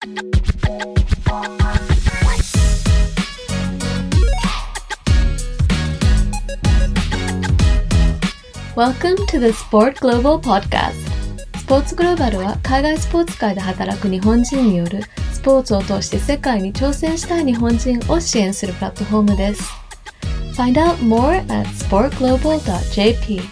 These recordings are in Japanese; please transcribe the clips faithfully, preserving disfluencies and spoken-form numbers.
Welcome to the Sport Global Podcast. スポーツグローバルは海外スポーツ界で働く日本人によるスポーツを通して世界に挑戦したい日本人を支援するプラットフォームです。Find out more atスポーツグローバルドットジェーピー。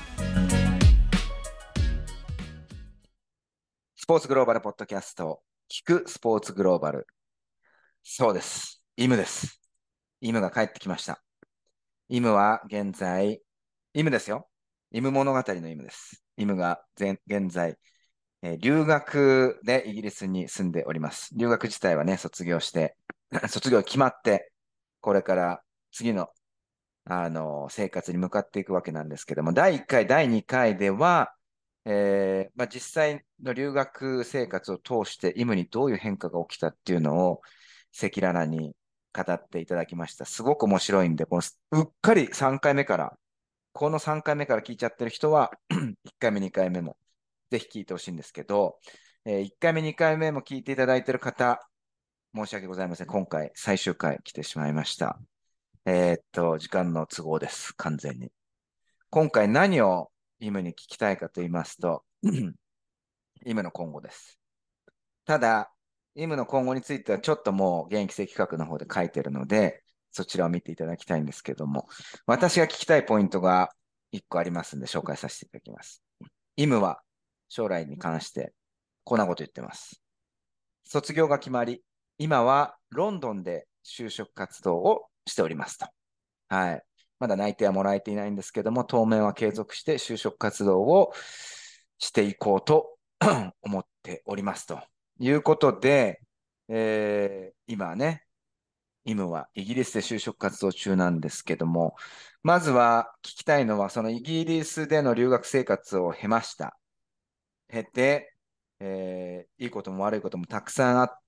スポーツグローバルポッドキャスト、聞くスポーツグローバル。そうです。イムです。イムが帰ってきました。イムは現在、イムですよ。イム物語のイムです。イムが現在、えー留学でイギリスに住んでおります。留学自体はね、卒業して、卒業決まって、これから次の、あの生活に向かっていくわけなんですけども、だいいっかい、だいにかいでは、えーまあ、実際の留学生活を通してイムにどういう変化が起きたっていうのを赤裸々に語っていただきました。すごく面白いんで、このうっかりさんかいめから、このさんかいめから聞いちゃってる人は、いっかいめ、にかいめもぜひ聞いてほしいんですけど、えーいっかいめ、にかいめも聞いていただいている方、申し訳ございません。今回最終回来てしまいました。えーっと、時間の都合です。完全に。今回何をイムに聞きたいかと言いますと、イムの今後です。ただ、イムの今後についてはちょっともう現役生企画の方で書いてるので、そちらを見ていただきたいんですけども、私が聞きたいポイントがいっこありますんで紹介させていただきます。イムは将来に関してこんなこと言ってます。卒業が決まり、今はロンドンで就職活動をしておりますと。はい。まだ内定はもらえていないんですけども、当面は継続して就職活動をしていこうと思っておりますということで、えー今ね、イムはイギリスで就職活動中なんですけども、まずは聞きたいのは、そのイギリスでの留学生活を経ました。経て、えーいいことも悪いこともたくさんあって、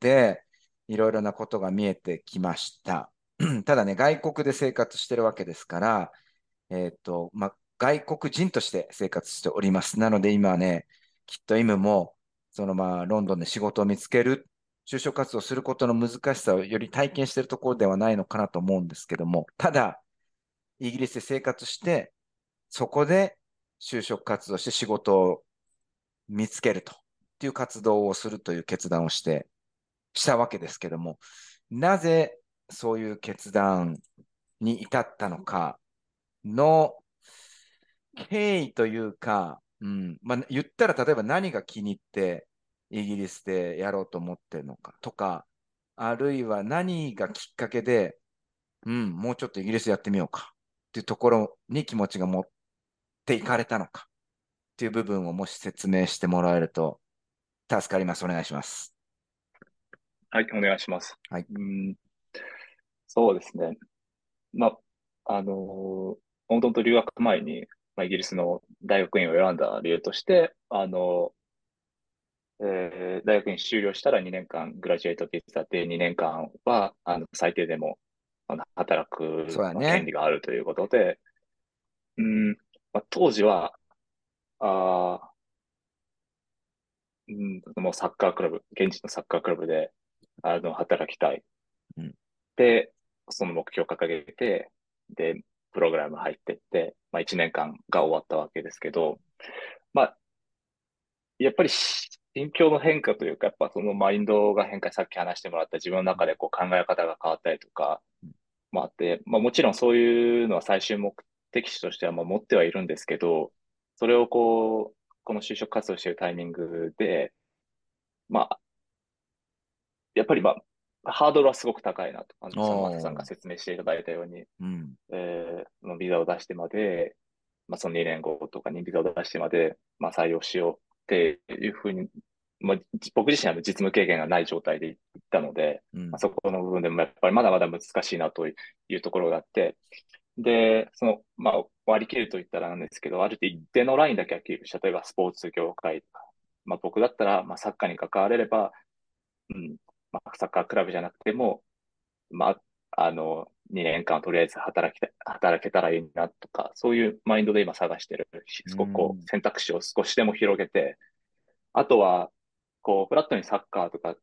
いろいろなことが見えてきました。ただね、外国で生活してるわけですから、えっと、まあ、外国人として生活しております。なので今ね、きっとイムも、そのまあ、ロンドンで仕事を見つける、就職活動することの難しさをより体験しているところではないのかなと思うんですけども、ただ、イギリスで生活して、そこで就職活動して仕事を見つけるとっていう活動をするという決断をして、したわけですけども、なぜそういう決断に至ったのかの経緯というか、うん、まあ、言ったら例えば何が気に入ってイギリスでやろうと思ってるのかとか、あるいは何がきっかけで、うん、もうちょっとイギリスやってみようかっていうところに気持ちが持っていかれたのかっていう部分をもし説明してもらえると助かります。お願いします。 はい、お願いします。 はい。 うん、そうですね。まあ、あのー、もともと留学前に、まあ、イギリスの大学院を選んだ理由として、あのえー大学院修了したらにねんかんグラジュエイトビザでにねんかんは、あの、最低でも、あの、働く、まあ、権そうだね。 利があるということで、うん、まあ、当時は、あーうん、もうサッカークラブ、現地のサッカークラブで、あの、働きたい。 うん。 で、その目標を掲げて、で、プログラム入ってって、まあいちねんかんが終わったわけですけど、まあ、やっぱり心境の変化というか、やっぱそのマインドが変化、さっき話してもらった自分の中でこう考え方が変わったりとか、もあって、まあもちろんそういうのは最終目的地としてはまあ持ってはいるんですけど、それをこう、この就職活動しているタイミングで、まあ、やっぱりまあ、ハードルはすごく高いなと。あの、そのマサさんがおー。 説明していただいたように、 うん。 えー、のビザを出してまで、まあ、そのにねんごとかにビザを出してまで、まあ、採用しようっていうふうに、まあ、じ僕自身は実務経験がない状態で行ったので、まあ、 うん。 そこの部分でもやっぱりまだまだ難しいなというところがあって、で、その、まあ、割り切ると言ったらなんですけど、ある程度一定のラインだけは切る。例えばスポーツ業界とか、まあ、僕だったら、まあ、サッカーに関われれば、うん、まあ、サッカークラブじゃなくても、まあ、あの、にねんかんとりあえず働きた、働けたらいいなとか、そういうマインドで今探してるし、 うすごくこうん。 選択肢を少しでも広げて、あとは、こう、フラットにサッカーとか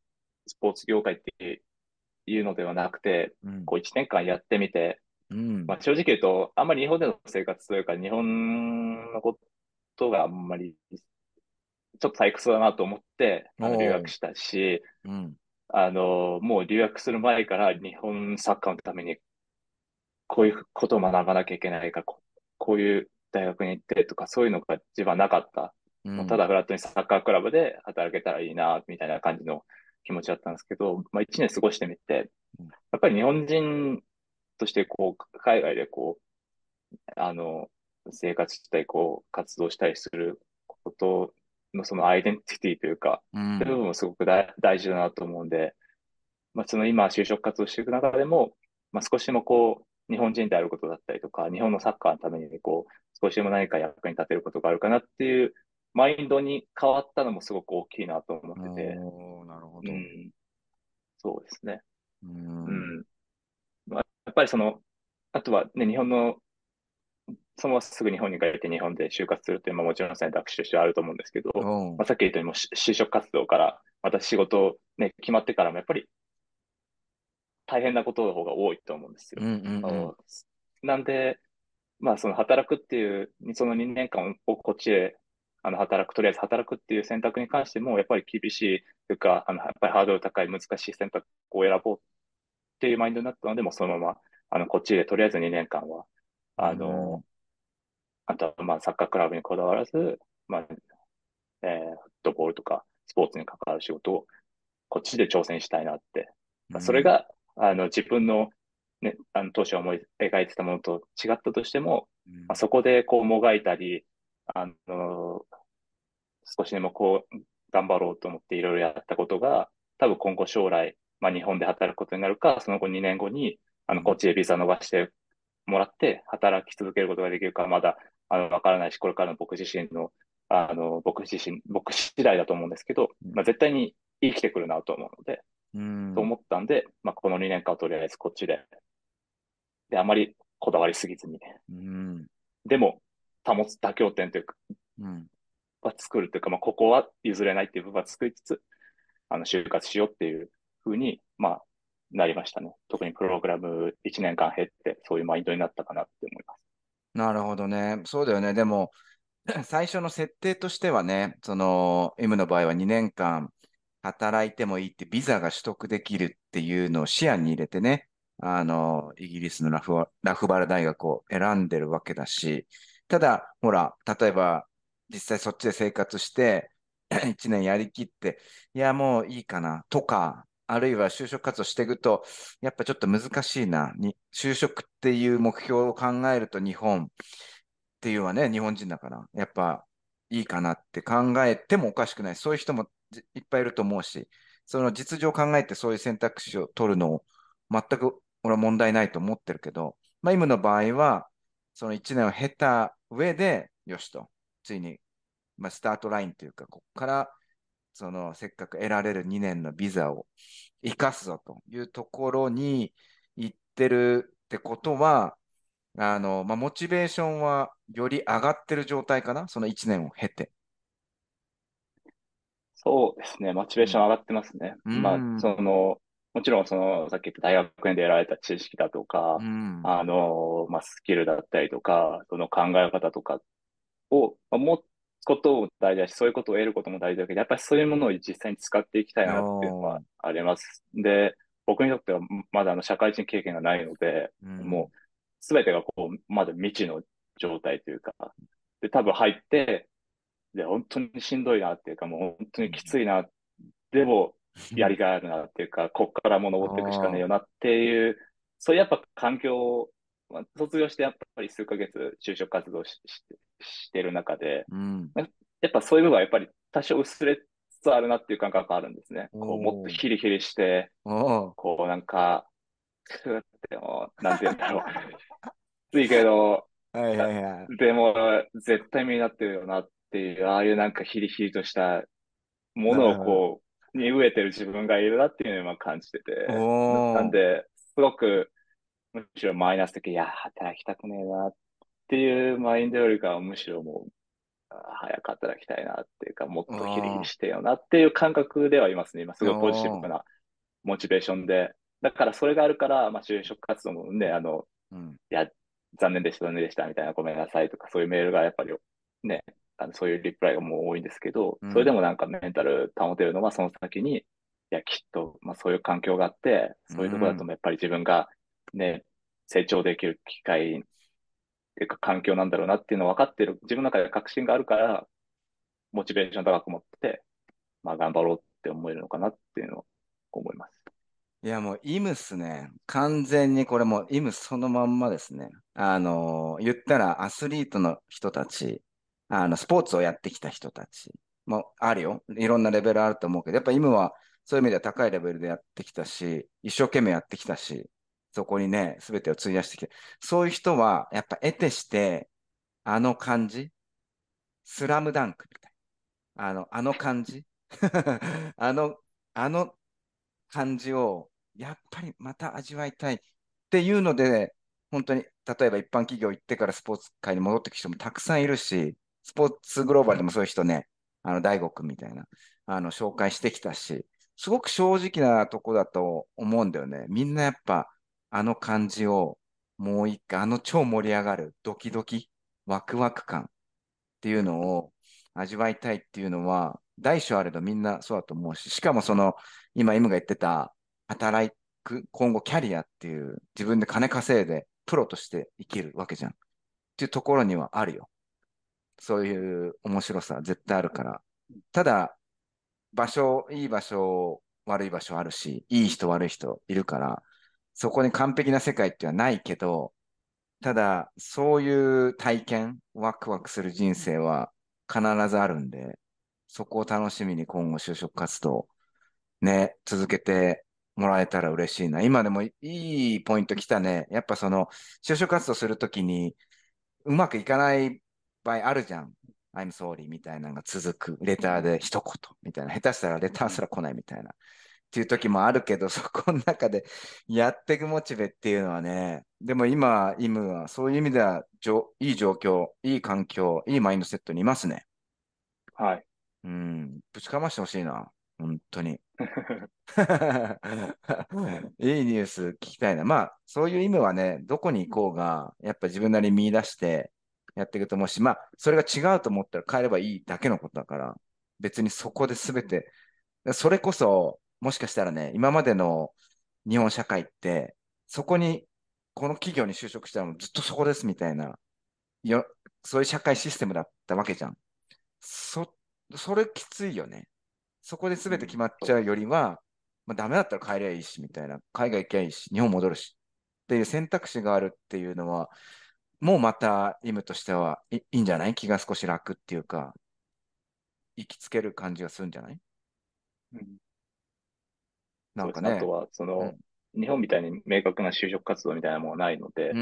スポーツ業界っていうのではなくて、 うん。 こういちねんかんやってみて、 うん。 まあ、正直言うと、あんまり日本での生活というか、日本のことがあんまりちょっと退屈だなと思って、あの留おー。 学したし、 うん。 あの、もう留学する前から日本サッカーのためにこういうことを学ばなきゃいけないか、ここういう大学に行ってとか、そういうのが自分はなかった。もうたうん。 だフラットにサッカークラブで働けたらいいな、みたいな感じの気持ちだったんですけど、まあ一年過ごしてみて、やっぱり日本人としてこう、海外でこう、あの、生活したり、こう、活動したりすることのそのアイデンティティというか、 うん。 そういう部分もすごく大大事だなと思うんで、まあ、その今、就職活動していく中でも、まあ、少しでもこう、日本人であることだったりとか、日本のサッカーのために、こう、少しでも何か役に立てることがあるかなっていうマインドに変わったのもすごく大きいなと思ってて、 おー、なるほど。 うん、そうですね。 ううん。 ん。まあ、やっぱりその、あとはね、日本の、そのまますぐ日本に帰って日本で就活するっていうのももちろん選択肢としてはあると思うんですけど、 おー。 まあ、さっき言ったようにもうし就職活動から、また仕事ね、決まってからもやっぱり大変なことの方が多いと思うんですよ。 うんうんうん。 あのなんで、まあ、その働くっていう、そのにねんかんをこっちで、あの、働く、とりあえず働くっていう選択に関しても、やっぱり厳しいというか、あの、やっぱりハードル高い難しい選択を選ぼうっていうマインドになったので、もうそのまま、あの、こっちでとりあえずにねんかんは、 うあの、 ん。 あとは、まあ、サッカークラブにこだわらず、まあ、えーフットボールとか、スポーツに関わる仕事を、こっちで挑戦したいなって。 うん。 それが、あの、自分の、ね、あの、当初思い描いてたものと違ったとしても、まあ、 うん。 そこでこう、もがいたり、あの、少しでもこう、頑張ろうと思っていろいろやったことが、多分今後将来、まあ、日本で働くことになるか、その後にねんごに、あの、こっちでビザ伸ばしてもらって、働き続けることができるか、まだ、あの、わからないし、これからの僕自身の、あの、僕自身、僕次第だと思うんですけど、まあ、絶対に生きてくるなと思うので、 うん。 と思ったんで、まあ、このにねんかんはとりあえずこっちで、で、あまりこだわりすぎずに、 うん。 でも、保つ妥協点というか、 うん。 は作るというか、まあ、ここは譲れないっていう部分は作りつつ、あの、就活しようっていうふうに、まあ、なりましたね。特にプログラムいちねんかん経って、そういうマインドになったかなって思います。 なるほどね。そうだよね。でも、最初の設定としてはね、その、M の場合はにねんかん働いてもいいってビザが取得できるっていうのを視野に入れてね、あの、イギリスのラフワ、ラフバル大学を選んでるわけだし、ただ、ほら、例えば、実際そっちで生活して、いちねんやりきって、いや、もういいかな、とか、あるいは就職活動していくと、やっぱちょっと難しいな、に、就職っていう目標を考えると日本、っていうのはね、日本人だから、やっぱいいかなって考えてもおかしくない。そういう人もじいっぱいいると思うし、その実情を考えてそういう選択肢を取るのを全く俺は問題ないと思ってるけど、まあ今の場合は、そのいちねんを経た上で、よしと、ついに、まあ、スタートラインというか、ここからそのせっかく得られるにねんのビザを生かすぞというところに行ってるってことは、あの、まあ、モチベーションはより上がってる状態かなそのいちねんを経て。 そうですね。モチベうん。 ーション上がってますね。 うまあ、そん。 の、もちろんその、さっき言った大学院で得られた知識だとうか、 ん。 あの、まあ、スキルだったりとか、その考え方とかを、まあ、持つことも大事だし、そういうことを得ることも大事だけど、やっぱりそういうものを実際に使っていきたいなっていうのはおー。 あります。で、僕にとってはまだあの社会人経験がないので、 うん。 もうすべてがこう、まだ未知の状態というか、で、多分入って、で、本当にしんどいなっていうか、もう本当にきついな、でも、やりがいあるなっていうか、こっからもう登っていくしかねえおー。 よなっていう、そういうやっぱ環境を、まあ、卒業してやっぱり数ヶ月就職活動し、ししてる中で、 うん。 やっぱそういう部分はやっぱり多少薄れつつあるなっていう感覚があるんですね。こう、もっとおー。 ヒリヒリして、 おー。 こうなんか、ふーってもう、なんて言うんだろう。きついけど、 はいはいはい。 でも、絶対身になってるよなっていう、ああいうなんかヒリヒリとしたものをなるほど。 こう、に飢えてる自分がいるなっていうのを今感じてて、ななんおー。 で、すごく、むしろマイナス的、いや、働きたくねえなっていうマインドよりかは、むしろもう、あ早く働きたいなっていうか、もっおとヒリヒリー。 してよなっていう感覚ではいますね。今すごいポジティおー。 ブなモチベーションで、だからそれがあるから、まあ、就職活動もね、あの、 うん。 いや、残念でした、残念でした、みたいな、ごめんなさいとか、そういうメールがやっぱりね、あのそういうリプライがもう多いんですけど、 うん。 それでもなんかメンタル保てるのは、その先に、いや、きっと、まあそういう環境があって、 うそういうところだとん。 やっぱり自分がね、成長できる機会っていうか環境なんだろうなっていうのを分かってる、自分の中で確信があるから、モチベーション高く持って、まあ頑張ろうって思えるのかなっていうのを思います。 いや、もう、イムっすね。完全にこれもう、イムそのまんまですね。あのー言ったらアスリートの人たち、あの、スポーツをやってきた人たちもあるよ。いろんなレベルあると思うけど、やっぱイムはそういう意味では高いレベルでやってきたし、一生懸命やってきたし、そこにね、すべてを費やしてきて、そういう人は、やっぱ得てして、あの感じ、スラムダンクみたい。あの、あの感じあの、あの感じを、やっぱりまた味わいたいっていうので、本当に、例えば一般企業行ってからスポーツ界に戻ってきた人もたくさんいるし、スポーツグローバルでもそういう人ね、あの、大悟くんみたいな、あの、紹介してきたし、すごく正直なとこだと思うんだよね。みんなやっぱ、あの感じを、もう一回、あの超盛り上がる、ドキドキ、ワクワク感っていうのを味わいたいっていうのは、大小あれどみんなそうだと思うし、しかもその、今、イムが言ってた、働く、今後キャリアっていう、自分で金稼いで、プロとして生きるわけじゃん。っていうところにはあるよ。そういう面白さ、絶対あるから。ただ、場所、いい場所、悪い場所あるし、いい人、悪い人いるから、そこに完璧な世界っていうのはないけど、ただ、そういう体験、ワクワクする人生は必ずあるんで、そこを楽しみに今後就職活動ね、続けてもらえたら嬉しいな。今でもいいポイント来たね。やっぱその、就職活動するときにうまくいかない場合あるじゃん。I'm sorry みたいなのが続く。レターで一言みたいな。下手したらレターすら来ないみたいな。っていう時もあるけど、そこの中でやっていくモチベっていうのはね、でも今、イムはそういう意味ではじょいい状況、いい環境、いいマインドセットにいますね。 はい。 うん、ぶちかましてほしいな。本当に。いいニュース聞きたいな。まあ、そういう意味はね、どこに行こうが、やっぱ自分なりに見出してやっていくと思うし、まあ、それが違うと思ったら変えればいいだけのことだから、別にそこで全て、それこそ、もしかしたらね、今までの日本社会って、そこに、この企業に就職したのずっとそこですみたいな、よ、そういう社会システムだったわけじゃん。そ、それきついよね。そこで全て決うん、 まっちゃうよそうです。 りは、まあ、ダメだったら帰りゃいいし、みたいな。海外行きゃいいし、日本戻るし。っていう選択肢があるっていうのは、もうまたイムとしてはいいいんじゃない気が少し楽っていうか、行きつける感じがするんじゃないうん、そうですね。あとなんかね。 は、その、 うん。 日本みたいに明確な就職活動みたいなものがないので、 うん。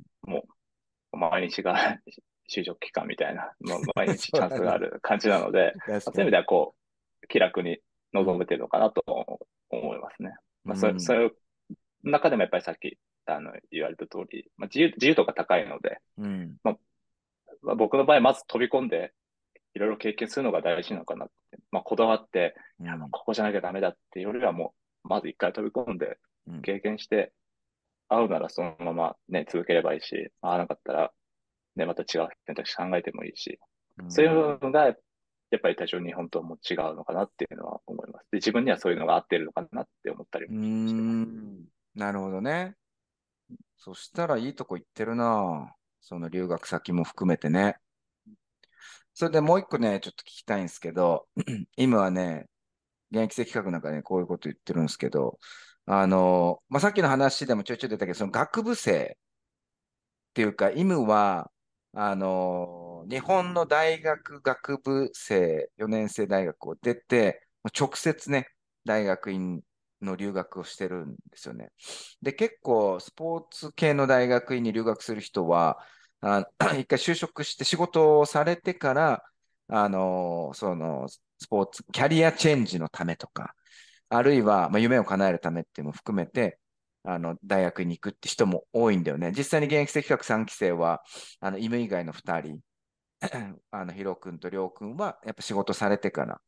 もう毎日が就職期間みたいな、まあ、毎日チャンスがあそうだね。 る感じなので、まあ、そういう意味で確かに。 はこう、気楽にうん。 臨めてるのかなと思いますね。まあ、そ、 うん。 そういう中でもやっぱりさっき、あの、言われた通り、まあ、自由、自由度が高いので、 うん。 まあ、まあ僕の場合、まず飛び込んで、いろいろ経験するのが大事なのかなって。まあ、こだわって、いや、もううん。 ここじゃなきゃダメだっていうよりはもう、まず一回飛び込んで、 うん。 経験して、合うならそのままね、続ければいいし、合わなかったら、ね、また違う選択肢考えてもいいし、 うそういうん。 のが、やっぱり多少日本とも違うのかなっていうのは思います。で、自分にはそういうのが合ってるのかなって思ったりうもしてます。 ん。なるほどね。そしたらいいとこ行ってるな。その留学先も含めてね。それでもう一個ね、ちょっと聞きたいんですけど、今はね、現役生企画なんかね、こういうこと言ってるんですけど、あの、まあ、さっきの話でもちょいちょい出たけど、その学部生っていうか、イムは、あの、日本の大学学部生、よねん生大学を出て、直接ね、大学院の留学をしてるんですよね。で、結構、スポーツ系の大学院に留学する人は、あ、一回就職して仕事をされてから、あの、その、スポーツ、キャリアチェンジのためとか、あるいは、まあ、夢を叶えるためっていうのも含めて、あの、大学に行くって人も多いんだよね。実際に現役生企画さんき生は、あの、犬以外のふたり、あの、ヒロ君とリョウ君は、やっぱ仕事されてから、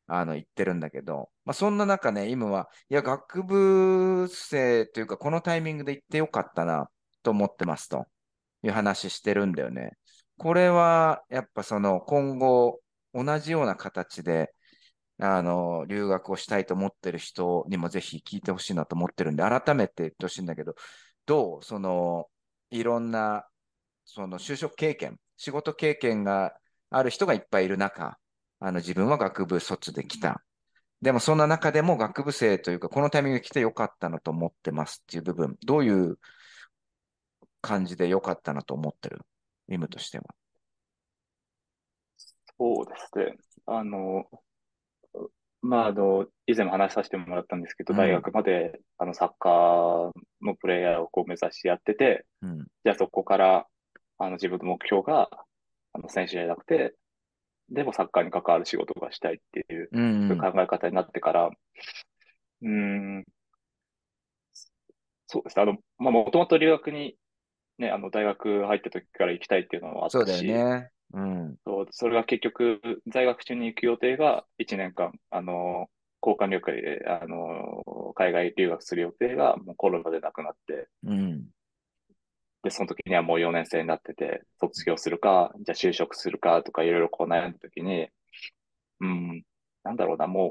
あの言ってるんだけど、まあ、そんな中ね、今は、いや、学部生というか、このタイミングで行ってよかったなと思ってますという話してるんだよね。これは、やっぱその今後、同じような形で、あの、留学をしたいと思ってる人にもぜひ聞いてほしいなと思ってるんで、改めて言ってほしいんだけど、どうその、いろんな、その就職経験、仕事経験がある人がいっぱいいる中、あの、自分は学部卒で来た。でもそんな中でも学部生というか、このタイミングで来てよかったなと思ってますっていう部分、どういう感じでよかったなと思ってる意味としては。 そうですね。あの、まあ、あの、以前も話させてもらったんですけど、大うん、 学まで、あの、サッカーのプレイヤーをこう目指してやってて、 うん、 じゃあそこから、あの、自分の目標が、あの、選手じゃなくて、でもサッカーに関わる仕事がしたいっていう、 うん、うん、 そういう考え方になってから、うーん、そうですね。あの、まあ、もともと留学にね、あの、大学入った時から行きたいっていうのもあっそうだよたし、 ね。うん、 そう、それが結局、在学中に行く予定がいちねんかん、あの、交換留学で、あの、海外留学する予定がもうコロナでなくなって、 うん、 で、その時にはもうよねん生になってて、卒業するか、じゃあ就職するかとかいろいろこう悩んだ時に、うん、なんだろうな、も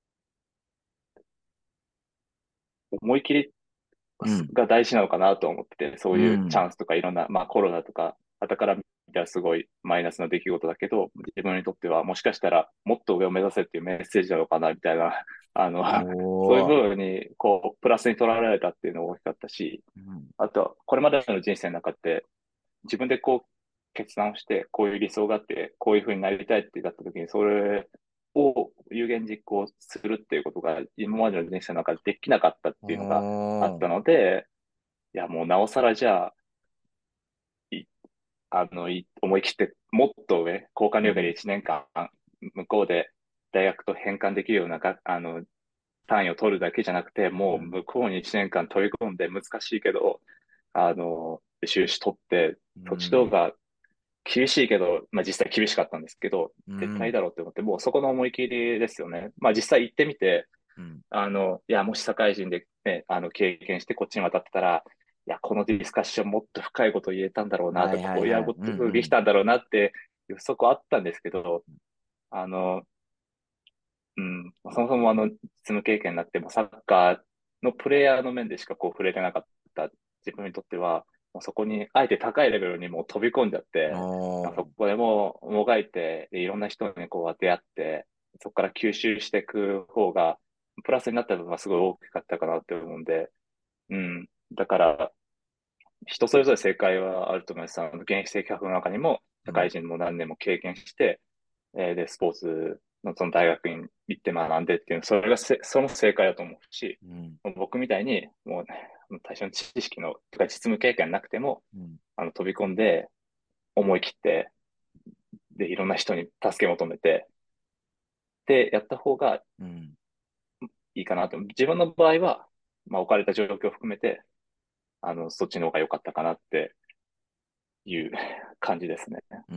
う思い切りうん、 が大事なのかなと思ってて、そういうチうん、 ャンスとかいろんな、まあコロナとか、傍から見たらすごいマイナスな出来事だけど、自分にとってはもしかしたらもっと上を目指せっていうメッセージなのかなみたいな、あの、そういうおー、 部分に、こう、プラスに捉えられたっていうのが大きかったし、 うん、 あとは、これまでの人生の中って、自分でこう、決断をして、こういう理想があって、こういうふうになりたいってなった時に、それを有言実行するっていうことが、今までの人生の中でできなかったっていうのがあっおー、 たので、いや、もうなおさらじゃあ、い、あの、い、思い切って、もっと上、交換留学でうん、 いちねんかん、向こうで大学と変換できるようなが、あの、単位を取るだけじゃなくて、もううん、 向こうにいちねんかん飛び込んで難しいけど、あの、修士取って、 うそっちの方ん、 が厳しいけど、まあ実際厳しかったんですけど、絶対うん、 だろうって思って、もうそこの思い切りですよね。まあ実際行ってみて、 うん、 あの、いや、もし社会人でね、あの、経験してこっちに渡ってたら、いや、このディスカッションもっと深いこと言えたんだろうなはとか、こういういはいはい、うん、 ことうん、 できたんだろうなって、そこあったんですけど、あの、うん、そもそもあの、実務経験なくても、サッカーのプレイヤーの面でしかこう触れてなかった自分にとっては、もうそこに、あえて高いレベルにもう飛び込んじゃって、そおー、 こでもうもがいて、でいろんな人にこう出会って、そこから吸収していく方が、プラスになった部分はすごい大きかったかなって思うんで、うん。だから、人それぞれ正解はあると思います。あの現役生活の中にも、社会うん、 人も何年も経験して、えーで、スポーツのその大学に行って学んでっていう、それがせ、その正解だと思うし、 うん、 僕みたいに、もう、対象の知識の、とか実務経験なくても、 うん、 あの、飛び込んで、思い切って、で、いろんな人に助け求めて、で、やった方がうん、 いいかなと。自分の場合は、まあ、置かれた状況を含めて、あの、そっちの方が良かったかなっていう感じですね。 うん、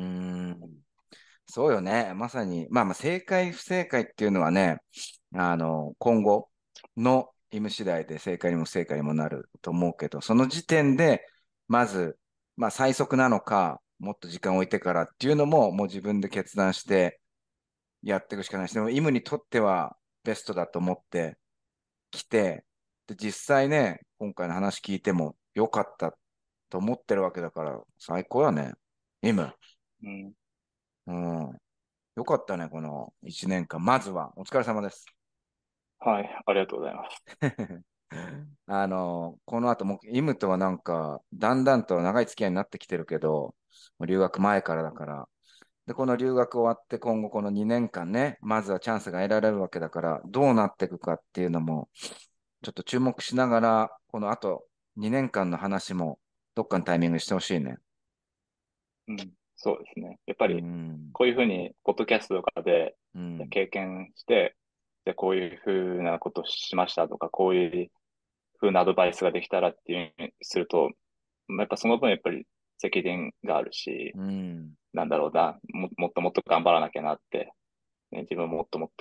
そうよね。まさに、まあまあ、正解、不正解っていうのはね、あの、今後のイム次第で正解にも不正解にもなると思うけど、その時点で、まず、まあ、最速なのか、もっと時間を置いてからっていうのも、もう自分で決断してやっていくしかないし、でも、イムにとってはベストだと思ってきて、で、実際ね、今回の話聞いても良かったと思ってるわけだから、最高だね。イム。 うん。 うん。よかったね、このいちねんかん。まずは、お疲れ様です。 はい、ありがとうございます。 あの、この後も、イムとはなんか、だんだんと長い付き合いになってきてるけど、留学前からだから、で、この留学終わって今後このにねんかんね、まずはチャンスが得られるわけだから、どうなっていくかっていうのも、ちょっと注目しながら、この後にねんかんの話も、どっかのタイミングにしてほしいね。 うん、そうですね。やっぱうり、 ん、 こういうふうに、ポッドキャストとかでうん、 経験して、で、こういうふうなことをしましたとか、こういうふうなアドバイスができたらっていうふうにすると、まあやっぱその分やっぱり責任があるし、 うん、 なんだろうな、も、もっともっと頑張らなきゃなって、ね、自分ももっともっと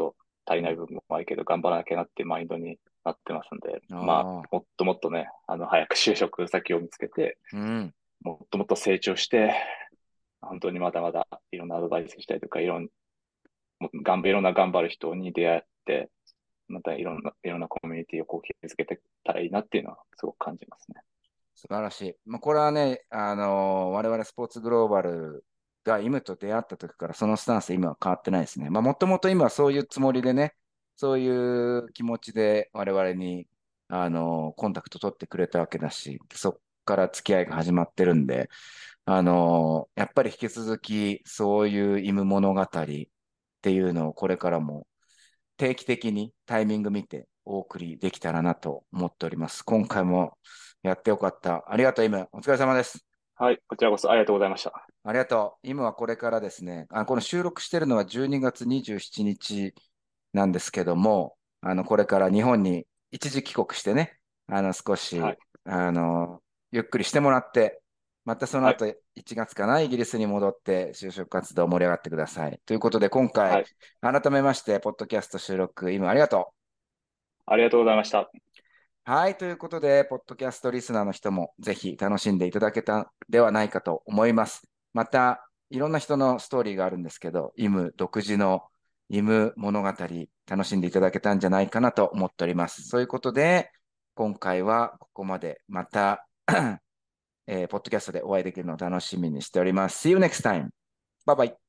足りない部分もあるけど、頑張らなきゃなっていうマインドになってますんで、まあ、 ああ、 もっともっとね、あの、早く就職先を見つけて、 うん。 もっともっと成長して、本当にまだまだいろんなアドバイスしたりとか、いろん、もう頑張いろんな頑張る人に出会って、またいろんな、いろんなコミュニティをこう築けてたらいいなっていうのはすごく感じますね。 素晴らしい。まあ、これはね、あのー我々スポーツグローバルがイムと出会った時からそのスタンス今は変わってないですね。まあ、もともと今はそういうつもりでね、そういう気持ちで我々に、あのーコンタクト取ってくれたわけだし、そこから付き合いが始まってるんで、あのーやっぱり引き続きそういうイム物語っていうのをこれからも定期的にタイミング見てお送りできたらなと思っております。今回もやってよかった。ありがとう、イム。お疲れ様です。 はい、こちらこそありがとうございました。 ありがとう。イムはこれからですね、あ、この収録してるのはじゅうにがつにじゅうしちにちなんですけども、あの、これから日本に一時帰国してね、あの、少し、 はい、 あの、ゆっくりしてもらって、またそのはい、 後いちがつかな、イギリスに戻って就職活動盛り上がってください。ということで、今回、 はい、 改めまして、ポッドキャスト収録、イムありがとう。 ありがとうございました。 はい、ということで、ポッドキャストリスナーの人もぜひ楽しんでいただけたではないかと思います。また、いろんな人のストーリーがあるんですけど、イム独自のイム物語、楽しんでいただけたんじゃないかなと思っております。そういうことで、今回はここまで。また、えーポッドキャストでお会いできるのを楽しみにしております。See you next time. Bye bye.